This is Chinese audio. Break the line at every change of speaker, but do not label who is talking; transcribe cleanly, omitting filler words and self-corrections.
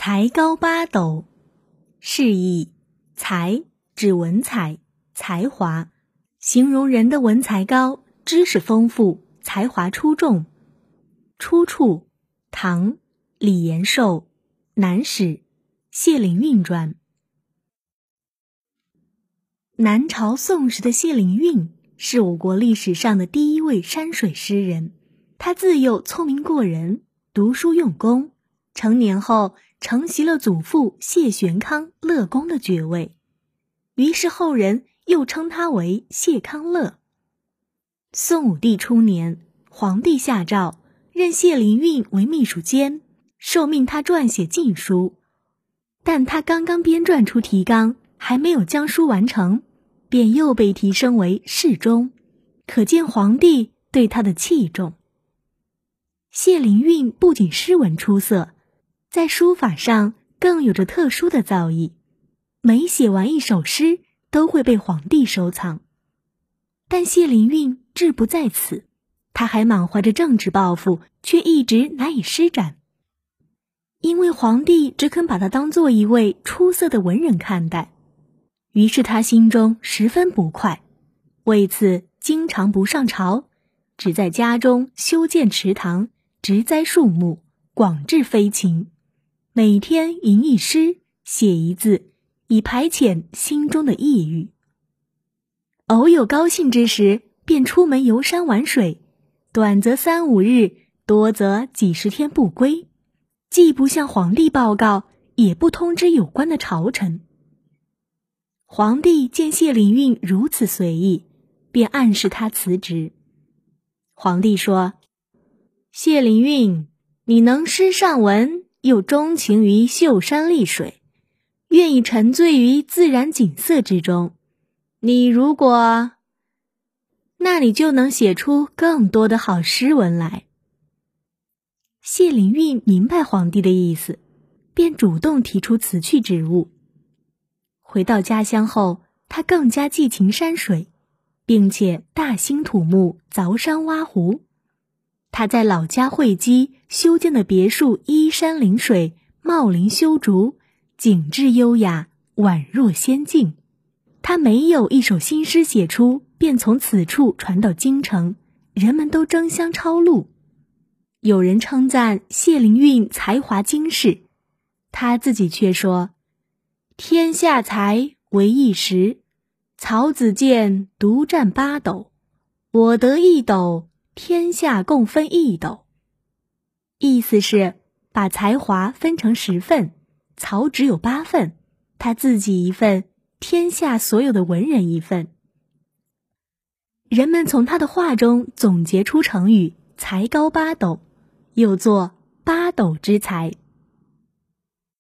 才高八斗，释义才指文采、才华，形容人的文采高、知识丰富、才华出众。出处唐李延寿南史谢灵运传。南朝宋时的谢灵运是我国历史上的第一位山水诗人，他自幼聪明过人，读书用功，成年后承袭了祖父谢玄康乐公的爵位，于是后人又称他为谢康乐。宋武帝初年，皇帝下诏任谢灵运为秘书监，授命他撰写禁书，但他刚刚编撰出提纲，还没有将书完成，便又被提升为侍中，可见皇帝对他的器重。谢灵运不仅诗文出色，在书法上更有着特殊的造诣，每写完一首诗都会被皇帝收藏。但谢灵运志不在此，他还满怀着政治抱负，却一直难以施展。因为皇帝只肯把他当作一位出色的文人看待，于是他心中十分不快，为此经常不上朝，只在家中修建池塘，植栽树木，广置飞禽，每天吟一诗，写一字，以排遣心中的抑郁。偶有高兴之时，便出门游山玩水，短则3、5日，多则几十天不归，既不向皇帝报告，也不通知有关的朝臣。皇帝见谢灵运如此随意，便暗示他辞职。皇帝说：谢灵运，你能诗善文，又钟情于秀山丽水，愿意沉醉于自然景色之中，你就能写出更多的好诗文来。谢灵运明白皇帝的意思，便主动提出辞去职务。回到家乡后，他更加寄情山水，并且大兴土木，凿山挖湖。他在老家会稽修建的别墅依山临水，茂林修竹，景致优雅，宛若仙境。他没有一首新诗写出，便从此处传到京城，人们都争相抄录。有人称赞谢灵运才华惊世，他自己却说：天下才为一时，曹子建独占8斗，我得1斗，天下共分1斗。意思是把才华分成10份，曹只有8份，他自己1份，天下所有的文人1份。人们从他的话中总结出成语才高8斗，又作8斗之才。